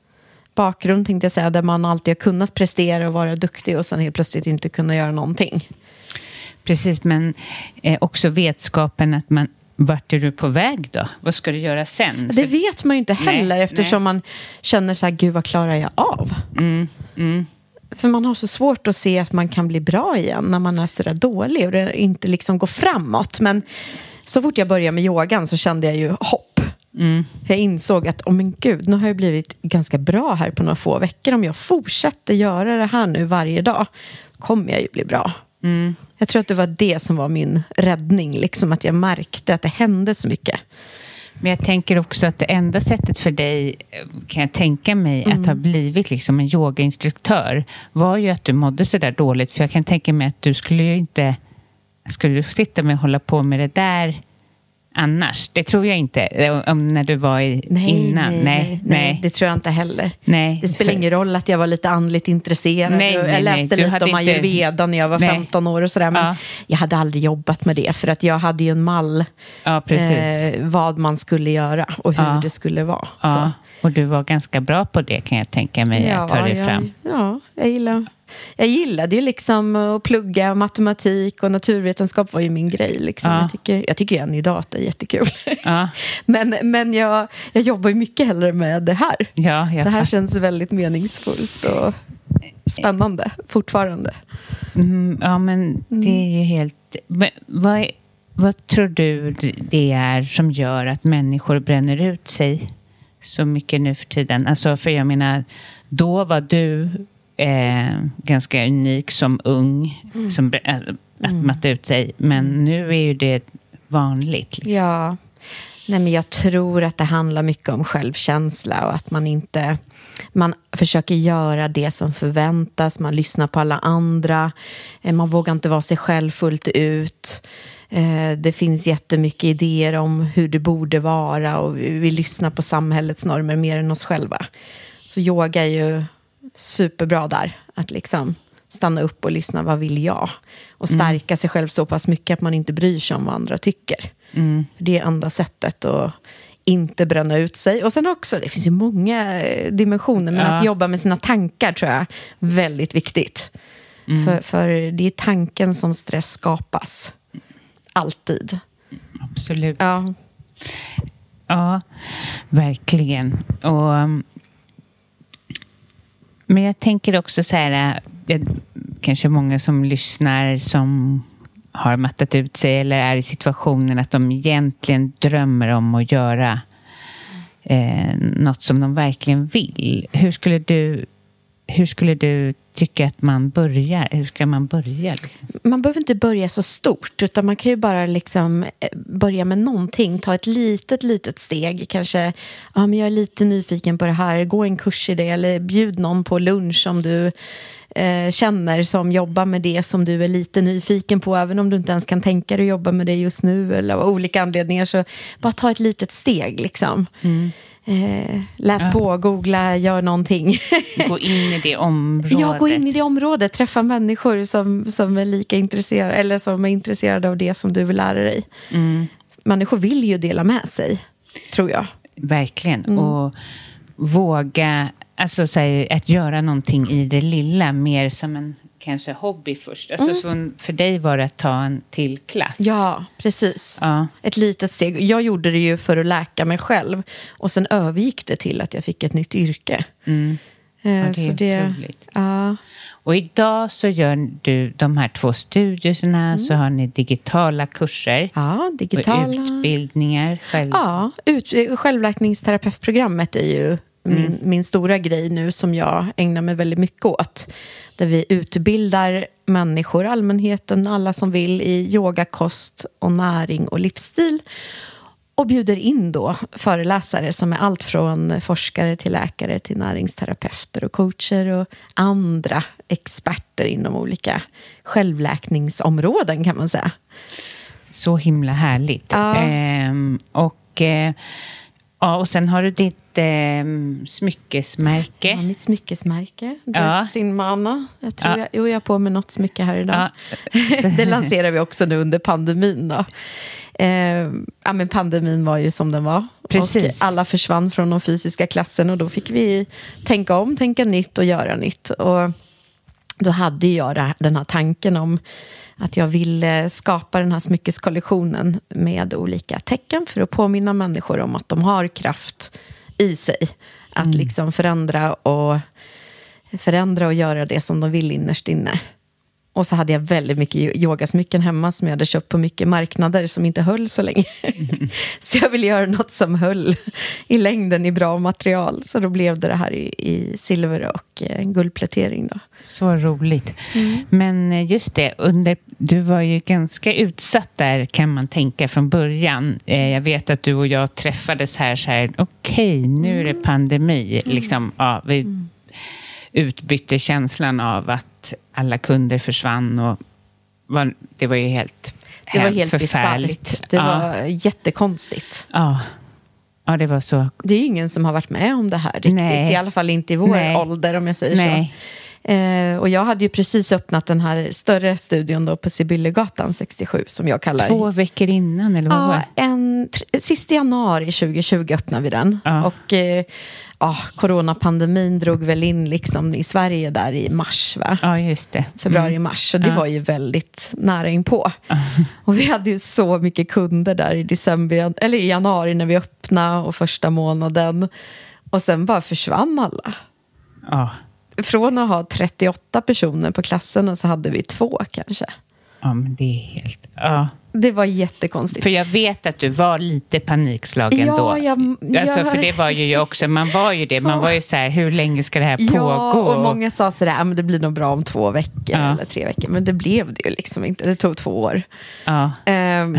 bakgrund tänkte jag säga, där man alltid har kunnat prestera och vara duktig och sen helt plötsligt inte kunna göra någonting. Precis, men eh, också vetskapen att man, vart är du på väg då? Vad ska du göra sen? Det vet man ju inte heller, nej, eftersom nej. man känner så här, gud vad klarar jag av? Mm, mm. För man har så svårt att se att man kan bli bra igen när man är så där dålig och det inte liksom går framåt. Men så fort jag började med yogan så kände jag ju hopp. Mm. Jag insåg att, oh men gud, nu har jag blivit ganska bra här på några få veckor. Om jag fortsätter göra det här nu varje dag kommer jag ju bli bra. Mm. Jag tror att det var det som var min räddning, liksom att jag märkte att det hände så mycket. Men jag tänker också att det enda sättet för dig, kan jag tänka mig, mm. att ha blivit liksom en yogainstruktör var ju att du mådde så där dåligt. För jag kan tänka mig att du skulle ju inte, skulle du sitta med och hålla på med det där annars. Det tror jag inte. Om när du var i, nej, innan. Nej, nej, nej, nej. Det tror jag inte heller. Nej, det spelar för... ingen roll att jag var lite andligt intresserad. Nej, jag nej, läste nej. lite om inte... ayurveda när jag var nej. femton år och sådär. Men ja. jag hade aldrig jobbat med det. För att jag hade ju en mall. Ja, eh, vad man skulle göra och hur ja. det skulle vara. Ja. Så. Och du var ganska bra på det, kan jag tänka mig. Ja, att ta det fram. Ja, jag gillar Jag gillade ju liksom att plugga matematik och naturvetenskap var ju min grej. Liksom. Ja. Jag, tycker, jag tycker än idag att det är jättekul. Ja. men men jag, jag jobbar ju mycket hellre med det här. Ja, det här känns väldigt meningsfullt och spännande fortfarande. Mm, ja, men det är ju helt... Vad, vad tror du det är som gör att människor bränner ut sig så mycket nu för tiden? Alltså, för jag menar, då var du... Eh, ganska unik som ung mm. som, äh, att mm. matta ut sig, men nu är ju det vanligt liksom. Ja, nej men jag tror att det handlar mycket om självkänsla och att man inte man försöker göra det som förväntas, man lyssnar på alla andra, eh, man vågar inte vara sig själv fullt ut. eh, det finns jättemycket idéer om hur det borde vara och vi, vi lyssnar på samhällets normer mer än oss själva. Så yoga är ju superbra där, att liksom stanna upp och lyssna, vad vill jag? Och stärka mm. sig själv så pass mycket att man inte bryr sig om vad andra tycker. Mm. För det är enda sättet att inte bränna ut sig. Och sen också, det finns ju många dimensioner, men ja. att jobba med sina tankar tror jag är väldigt viktigt. Mm. För, för det är tanken som stress skapas. Alltid. Absolut. Ja, ja verkligen. Och men jag tänker också så här, kanske många som lyssnar som har mattat ut sig eller är i situationen att de egentligen drömmer om att göra eh, något som de verkligen vill. Hur skulle du hur skulle du tycka att man börjar? Hur ska man börja? Liksom? Man behöver inte börja så stort, utan man kan ju bara liksom börja med någonting. Ta ett litet, litet steg. Kanske, ja, men jag är lite nyfiken på det här. Gå en kurs i det, eller bjud någon på lunch om du eh, känner som jobbar med det som du är lite nyfiken på. Även om du inte ens kan tänka dig att jobba med det just nu eller av olika anledningar. Så bara ta ett litet steg liksom. Mm. Eh, läs ja. på, googla, gör någonting. Gå in i det området. Ja, gå in i det området. Träffa människor som, som är lika intresserade eller som är intresserade av det som du vill lära dig. Mm. Människor vill ju dela med sig, tror jag. Verkligen. Mm. Och våga, alltså säg, att göra någonting i det lilla mer som en kanske hobby först. Alltså mm. så för dig var det att ta en till klass. Ja, precis. Ja. Ett litet steg. Jag gjorde det ju för att läka mig själv. Och sen övergick det till att jag fick ett nytt yrke. Mm. Ja, det är så det, ja. Och idag så gör du de här två studierna, mm. så har ni digitala kurser. Ja, digitala. Och utbildningar. Själv. Ja, ut, självläkningsterapeutprogrammet är ju Min, mm. min stora grej nu som jag ägnar mig väldigt mycket åt. Där vi utbildar människor, allmänheten, alla som vill i yoga, kost och näring och livsstil. Och bjuder in då föreläsare som är allt från forskare till läkare till näringsterapeuter och coacher och andra experter inom olika självläkningsområden kan man säga. Så himla härligt. Ja. Ehm, och... Eh, Ja, och sen har du ditt eh, smyckesmärke. Ja, mitt smyckesmärke. Dressed in Mana. Jag tror ja. jag, jo, jag är på med något smycke här idag. Ja. Det lanserar vi också nu under pandemin då. Eh, ja, men pandemin var ju som den var. Precis. Och alla försvann från de fysiska klasserna och då fick vi tänka om, tänka nytt och göra nytt. Och då hade jag den här tanken om att jag ville skapa den här smyckeskollektionen med olika tecken för att påminna människor om att de har kraft i sig. Att mm. liksom förändra och, förändra och göra det som de vill innerst inne. Och så hade jag väldigt mycket yogasmycken hemma som jag hade köpt på mycket marknader som inte höll så länge. Mm. Så jag ville göra något som höll i längden i bra material. Så då blev det det här i, i silver och eh, guldplätering då. Så roligt. Mm. Men just det, under, du var ju ganska utsatt där kan man tänka från början. Eh, jag vet att du och jag träffades här så här, okej, okay, nu är det pandemi. Mm. Liksom, ja, vi mm. utbytte känslan av att alla kunder försvann och var, det var ju helt Det var helt förfärligt. Bisarrt. Det ja. var jättekonstigt. Ja. Ja, det var så. Det är ju ingen som har varit med om det här riktigt. Nej. I alla fall inte i vår Nej. ålder om jag säger Nej. så. Eh, och jag hade ju precis öppnat den här större studion då på Sibyllegatan sextiosju som jag kallar. Två veckor innan eller vad ja, var det? En, t- sista januari tjugohundratjugo öppnade vi den. Ja. Och eh, ja, coronapandemin drog väl in liksom i Sverige där i mars va? Ja, just det. Februari-mars. Så det ja. var ju väldigt nära inpå. Ja. Och vi hade ju så mycket kunder där i december, eller i januari när vi öppnade och första månaden. Och sen bara försvann alla. Ja. Från att ha trettioåtta personer på klassen och så hade vi två kanske. Ja, men det är helt... Ja. Det var jättekonstigt. För jag vet att du var lite panikslagen ja, då. Jag, alltså, jag... För det var ju jag också. Man var ju det. Man var ju så här, hur länge ska det här ja, pågå? Och många sa så där, men det blir nog bra om två veckor ja. eller tre veckor. Men det blev det ju liksom inte. Det tog två år. Ja. Um,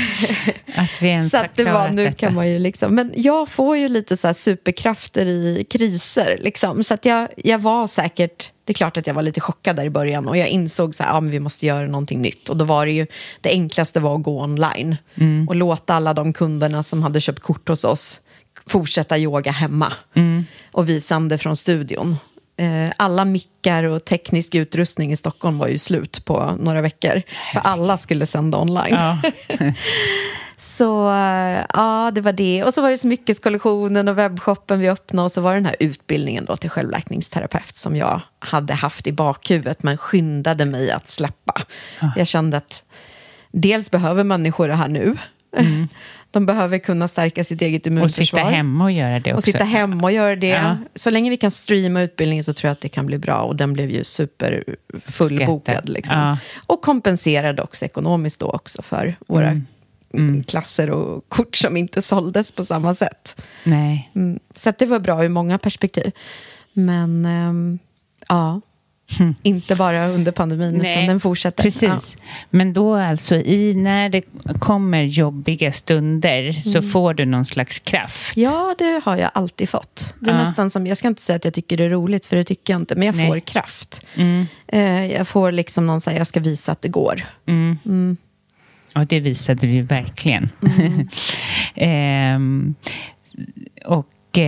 att vi ens så att det var, nu detta. kan man ju liksom... Men jag får ju lite så här superkrafter i kriser. Liksom. Så att jag, jag var säkert... Det är klart att jag var lite chockad där i början. Och jag insåg så här, ja, men vi måste göra någonting nytt. Och då var det ju, det enklaste var att gå online. Mm. Och låta alla de kunderna som hade köpt kort hos oss fortsätta yoga hemma. Mm. Och vi sände från studion. Eh, alla mickar och teknisk utrustning i Stockholm var ju slut på några veckor. För alla skulle sända online. Ja. Så ja, det var det. Och så var det smyckeskollektionen och webbshoppen vi öppnade. Och så var det den här utbildningen då till självläkningsterapeut som jag hade haft i bakhuvudet men skyndade mig att släppa. Ja. Jag kände att dels behöver människor det här nu. Mm. De behöver kunna stärka sitt eget immunförsvar. Och sitta hemma och göra det också. Och sitta hemma och göra det. Ja. Så länge vi kan streama utbildningen så tror jag att det kan bli bra. Och den blev ju super fullbokad. Liksom. Ja. Och kompenserade också ekonomiskt då också för våra mm. Mm. klasser och kort som inte såldes på samma sätt. Nej. Mm. Så att det var bra ur många perspektiv. Men, um, Ja. Mm. Inte bara under pandemin, Nej, utan den fortsätter. Precis. Ja. Men då alltså, i, när det kommer jobbiga stunder mm. så får du någon slags kraft. Ja, det har jag alltid fått. Det är ja. nästan som, jag ska inte säga att jag tycker det är roligt, för det tycker jag inte. Men jag Nej. får kraft. Mm. Eh, jag får liksom någon säga, jag ska visa att det går. Mm. Mm. Och det visade du ju verkligen. Mm. eh, och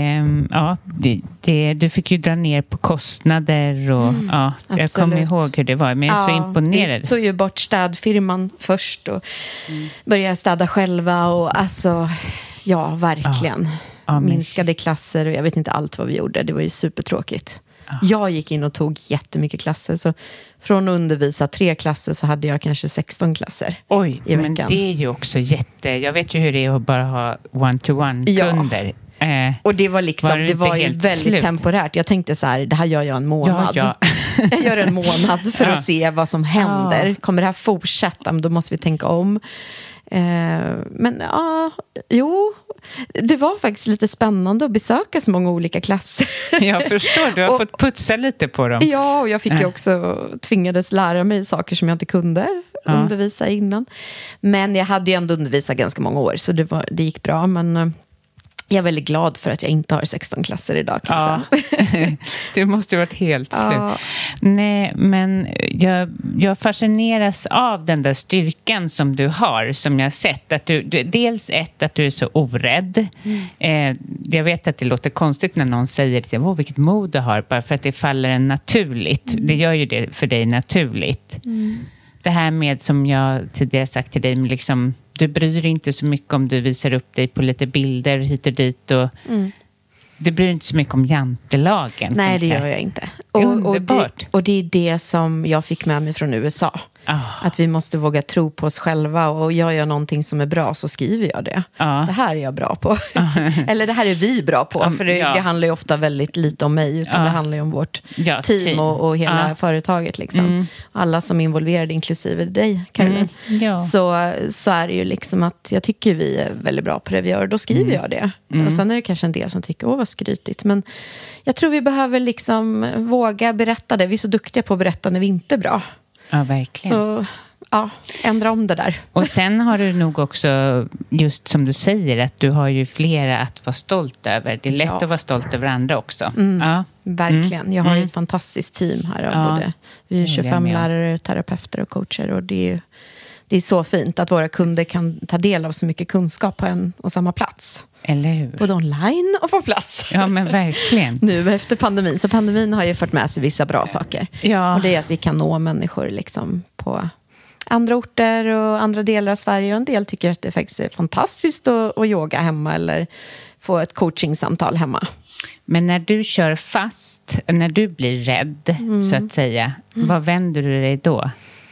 Ja, det, det, du fick ju dra ner på kostnader och mm, ja, jag kommer ihåg hur det var, men jag är ja, så imponerad. Vi tog ju bort städfirman först och mm. började städa själva och alltså, ja, verkligen. Ja. Ja, minskade men... klasser och jag vet inte allt vad vi gjorde, det var ju supertråkigt. Ja. Jag gick in och tog jättemycket klasser, så från att undervisa tre klasser så hade jag kanske sexton klasser. Oj, i men veckan. Det är ju också jätte, jag vet ju hur det är att bara ha one-to-one-kunder. Ja. Eh, och det var liksom var det, det var ju väldigt slut? temporärt. Jag tänkte så här, det här gör jag en månad. Ja, ja. Jag gör en månad för ja. att se vad som händer. Ja. Kommer det här fortsätta? Då måste vi tänka om. Eh, men ja, jo, det var faktiskt lite spännande att besöka så många olika klasser. Jag förstår, du har och, fått putsa lite på dem. Ja, och jag fick ju också tvingades lära mig saker som jag inte kunde ja. undervisa innan. Men jag hade ju ändå undervisat ganska många år, så det, var, det gick bra, men jag är väldigt glad för att jag inte har sexton klasser idag. Kan ja. jag säga. Du måste ju varit helt slut. Ja. Nej, men jag, jag fascineras av den där styrkan som du har, som jag har sett. Att du, du, dels ett, att du är så orädd. Mm. Eh, jag vet att det låter konstigt när någon säger det. Åh, vilket mod du har, bara för att det faller en naturligt. Mm. Det gör ju det för dig naturligt. Mm. Det här med, som jag tidigare sagt till dig, med liksom, du bryr dig inte så mycket om du visar upp dig på lite bilder hit och dit. Och mm. Du bryr dig inte så mycket om jantelagen. Nej, det gör jag inte. Och, och, det, och det är det som jag fick med mig från U S A. Oh. Att vi måste våga tro på oss själva. Och gör jag någonting som är bra, så skriver jag det. Oh. Det här är jag bra på. Oh. Eller det här är vi bra på. Um, för det, ja. det handlar ju ofta väldigt lite om mig. Utan oh. det handlar ju om vårt ja, team, team. Och, och hela oh. företaget. Liksom. Mm. Alla som är involverade, inklusive dig, Caroline. Mm. Ja. Så, så är det ju liksom att jag tycker vi är väldigt bra på det vi gör. Då skriver mm. jag det. Mm. Och sen är det kanske en del som tycker, åh vad skrytigt. Men jag tror vi behöver liksom våga berätta det. Vi är så duktiga på att berätta när vi inte är bra. Ja, verkligen. Så ja, ändra om det där. Och sen har du nog också, just som du säger, att du har ju flera att vara stolt över. Det är lätt ja. att vara stolt över andra också. Mm, ja. Verkligen. Jag har ju mm. ett fantastiskt team här. Ja. Både, vi är tjugofem lärare, terapeuter och coacher. Och det är ju det är så fint att våra kunder kan ta del av så mycket kunskap på en och samma plats. Eller hur? Både online och på plats. Ja, men verkligen. Nu efter pandemin. Så pandemin har ju fått med sig vissa bra saker. Ja. Och det är att vi kan nå människor liksom på andra orter och andra delar av Sverige. Och en del tycker att det faktiskt är fantastiskt att, att yoga hemma eller få ett coachingsamtal hemma. Men när du kör fast, när du blir rädd mm. så att säga, mm. vad vänder du dig då?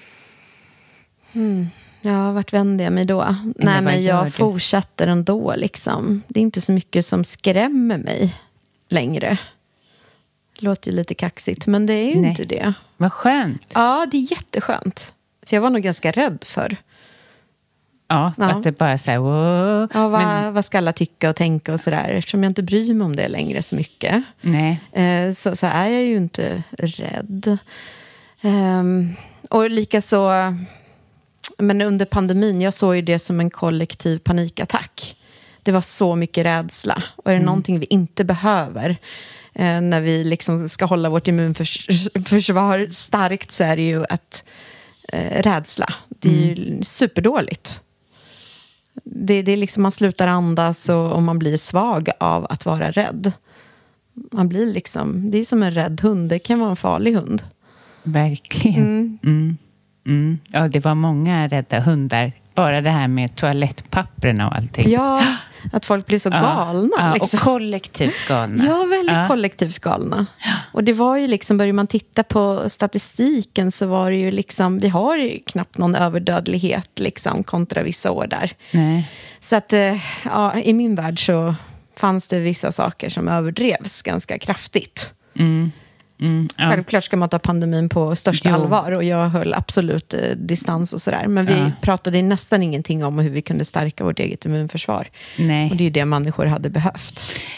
Mm. Ja, vart vänder jag mig då? Eller Nej, men jag du? fortsätter ändå liksom. Det är inte så mycket som skrämmer mig längre. Det låter ju lite kaxigt, men det är ju Nej. inte det. Vad skönt. Ja, det är jätteskönt. För jag var nog ganska rädd för. Ja, ja. att det bara så här, wow. Ja, vad, men... vad ska alla tycka och tänka och sådär. Eftersom jag inte bryr mig om det längre så mycket. Nej. Eh, så, så är jag ju inte rädd. Um, och lika så... Men under pandemin, jag såg ju det som en kollektiv panikattack. Det var så mycket rädsla. Och är det mm. någonting vi inte behöver eh, när vi liksom ska hålla vårt immunförsvar starkt, så är det ju att eh, rädsla. Det är mm. ju superdåligt. Det, det är liksom man slutar andas och, och man blir svag av att vara rädd. Man blir liksom, det är som en rädd hund. Det kan vara en farlig hund. Verkligen. Mm. Mm. Mm. Ja, det var många rädda hundar. Bara det här med toalettpapperna och allting. Ja, att folk blir så galna. Ja, liksom. Och kollektivt galna. Ja, väldigt ja. kollektivt galna. Och det var ju liksom, börjar man titta på statistiken så var det ju liksom, vi har ju knappt någon överdödlighet liksom kontra vissa år där. Nej. Så att, ja, i min värld så fanns det vissa saker som överdrevs ganska kraftigt. Mm. Mm, ja. Självklart ska man ta pandemin på största jo. allvar och jag höll absolut eh, distans och sådär. Men vi ja. pratade nästan ingenting om hur vi kunde stärka vårt eget immunförsvar. Nej. Och det är det människor hade behövt.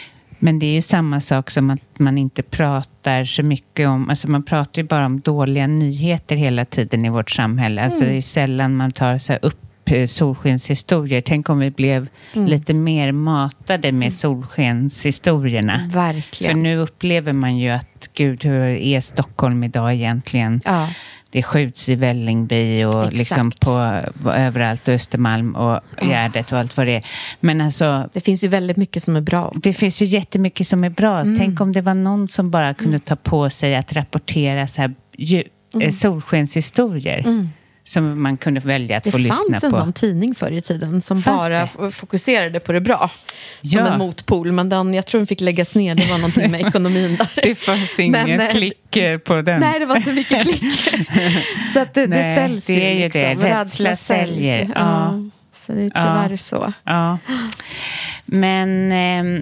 Men det är ju samma sak som att man inte pratar så mycket om, alltså man pratar ju bara om dåliga nyheter hela tiden i vårt samhälle. Alltså mm. det är sällan man tar så här upp solskenshistorier. Tänk om vi blev mm. lite mer matade med solskenshistorierna. Verkligen. För nu upplever man ju att gud, hur är Stockholm idag egentligen? Ja. Det skjuts i Vällingby och Exakt. liksom på, på överallt, Östermalm och Gärdet och allt vad det är. Men alltså, det finns ju väldigt mycket som är bra också. Det finns ju jättemycket som är bra. Mm. Tänk om det var någon som bara kunde ta på sig att rapportera så här ju, mm. solskenshistorier. Mm. Som man kunde välja att det få lyssna på. Det fanns en sån tidning förr i tiden som Fast bara det. fokuserade på det bra. Som ja. en motpol. Men den, jag tror den fick läggas ner. Det var någonting med ekonomin där. Det fanns ingen men, klick på den. Nej, det var inte mycket klick. Så att det, nej, det säljs det är ju liksom. det. Rädsla säljer. Ja. Ja. Så det är tyvärr ja. så. Ja. Men eh,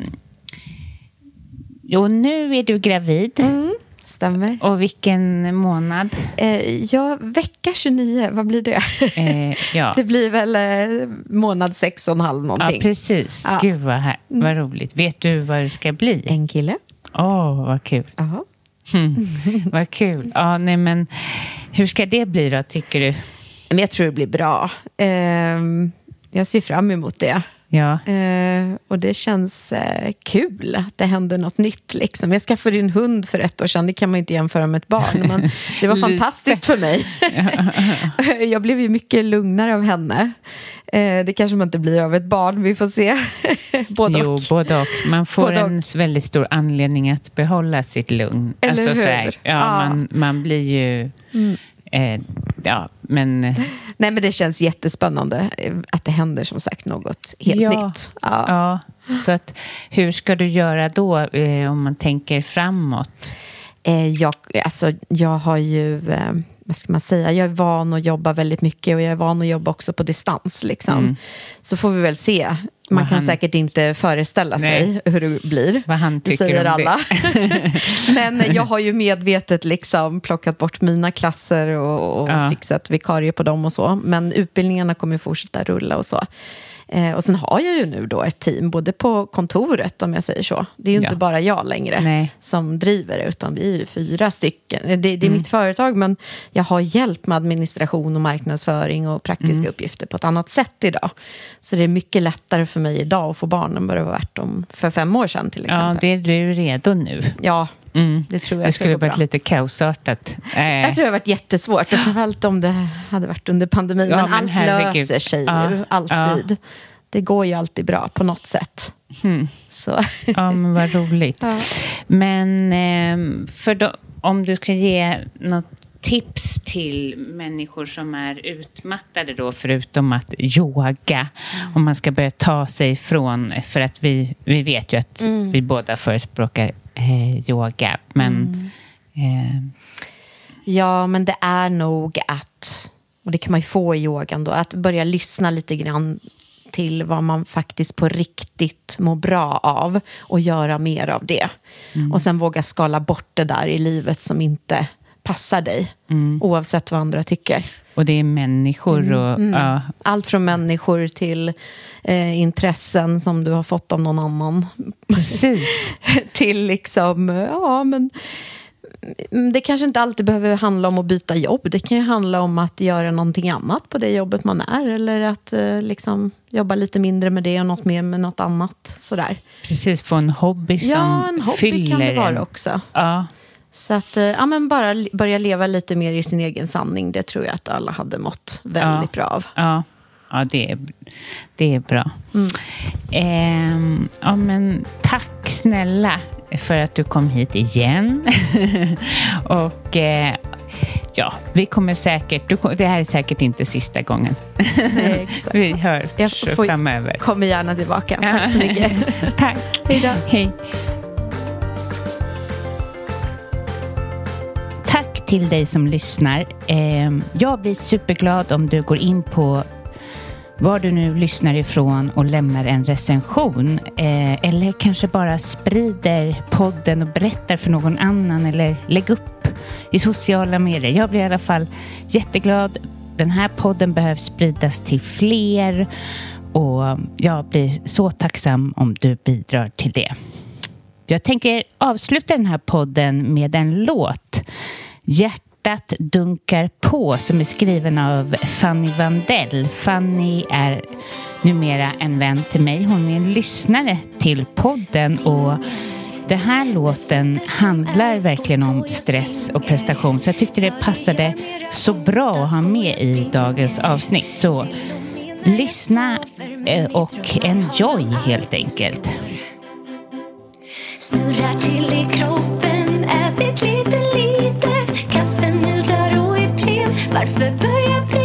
jo, nu är du gravid. Mm. Stämmer. Och vilken månad? Eh, ja, vecka tjugonio, vad blir det? Eh, ja. Det blir väl eh, månad sex och en halv någonting. Ja, precis. Ja. Gud vad, här, vad roligt. Vet du vad det ska bli? En kille. Åh, oh, vad kul. Aha. Mm. Vad kul. Ja, nej men hur ska det bli då, tycker du? Men jag tror det blir bra. Eh, jag ser fram emot det. Ja. Eh, och det känns eh, kul att det händer något nytt liksom. Jag skaffade en hund för ett år sedan. Det kan man inte jämföra med ett barn. Men det var fantastiskt för mig. Jag blev ju mycket lugnare av henne. eh, Det kanske man inte blir av ett barn. Vi får se. Både jo, och. både och. Man får både en och. väldigt stor anledning att behålla sitt lugn. Eller alltså, hur? Så här, ja, ja. Man, man blir ju mm. eh, ja, men nej, men det känns jättespännande att det händer som sagt något helt ja, nytt. Ja. ja, så att hur ska du göra då eh, om man tänker framåt? Eh, jag, alltså, jag har ju, eh, vad ska man säga, jag är van att jobba väldigt mycket och jag är van att jobba också på distans liksom. Mm. Så får vi väl se. Man kan han, säkert inte föreställa sig nej, hur det blir. Vad han tycker säger om alla. det. Men jag har ju medvetet liksom plockat bort mina klasser och, och ja. fixat vikarier på dem och så. Men utbildningarna kommer fortsätta rulla och så. Eh, och sen har jag ju nu då ett team, både på kontoret om jag säger så. Det är ju ja. inte bara jag längre Nej. som driver det, utan vi är ju fyra stycken. Det, det är mm. mitt företag, men jag har hjälp med administration och marknadsföring och praktiska mm. uppgifter på ett annat sätt idag. Så det är mycket lättare för mig idag att få barn än vad det var värt om för fem år sedan till exempel. Ja, det är du redo nu. Ja, mm. det tror jag det skulle varit lite kaosartat. Äh. Jag tror det har varit jättesvårt, framförallt om det hade varit under pandemin. Ja, men, men allt herregud. löser sig ja. ju, alltid. Ja. Det går ju alltid bra på något sätt. Mm. Så. Ja, men vad roligt. Ja. Men eh, för då, om du kan ge något tips till människor som är utmattade då, förutom att yoga, mm. om man ska börja ta sig ifrån, för att vi, vi vet ju att mm. vi båda förespråkar eh, yoga, men mm. eh, ja, men det är nog att, och det kan man ju få i yogan då, att börja lyssna lite grann till vad man faktiskt på riktigt mår bra av och göra mer av det. Mm. Och sen våga skala bort det där i livet som inte passar dig. Mm. Oavsett vad andra tycker. Och det är människor och... Mm. Ja. Allt från människor till eh, intressen som du har fått av någon annan. Precis. Till liksom, ja men... Det kanske inte alltid behöver handla om att byta jobb. Det kan ju handla om att göra någonting annat på det jobbet man är. Eller att eh, liksom jobba lite mindre med det och något mer med något annat. Sådär. Precis, få en hobby som ja, en hobby fyller kan det vara också. Ja. Så att eh, ja, men bara börja leva lite mer i sin egen sanning. Det tror jag att alla hade mått väldigt ja. bra av. Ja, ja det, är, det är bra. Mm. Eh, ja, men tack snälla för att du kom hit igen. Och eh, ja, vi kommer säkert, du, det här är säkert inte sista gången. Nej, exakt. Vi hörs framöver. Kommer gärna tillbaka. Tack så mycket. Tack. Hej då. Hej. Tack till dig som lyssnar. Eh, jag blir superglad om du går in på var du nu lyssnar ifrån och lämnar en recension. Eh, eller kanske bara sprider podden och berättar för någon annan. Eller lägg upp i sociala medier. Jag blir i alla fall jätteglad. Den här podden behöver spridas till fler. Och jag blir så tacksam om du bidrar till det. Jag tänker avsluta den här podden med en låt. Hjärtat dunkar på, som är skriven av Fanny Vandell. Fanny är numera en vän till mig. Hon är en lyssnare till podden, och den här låten handlar verkligen om stress och prestation. Så jag tyckte det passade så bra att ha med i dagens avsnitt. Så lyssna och enjoy helt enkelt. Snurrar till i kroppen, ätit lite lite, kaffe, nudlar och Ipren. Varför börja